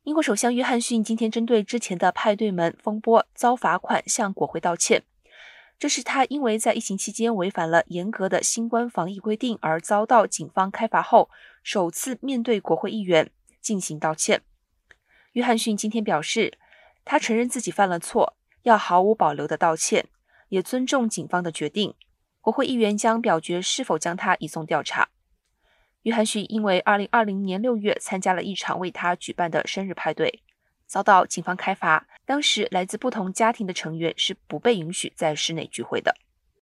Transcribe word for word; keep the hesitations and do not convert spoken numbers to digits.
英国首相约翰逊今天针对之前的派对门风波遭罚款向国会道歉，这是他因为在疫情期间违反了严格的新冠防疫规定而遭到警方开罚后，首次面对国会议员进行道歉。约翰逊今天表示，他承认自己犯了错，要毫无保留的道歉，也尊重警方的决定。国会议员将表决是否将他移送调查。约翰逊因为二零二零年六月参加了一场为他举办的生日派对，遭到警方开罚，当时来自不同家庭的成员是不被允许在室内聚会的。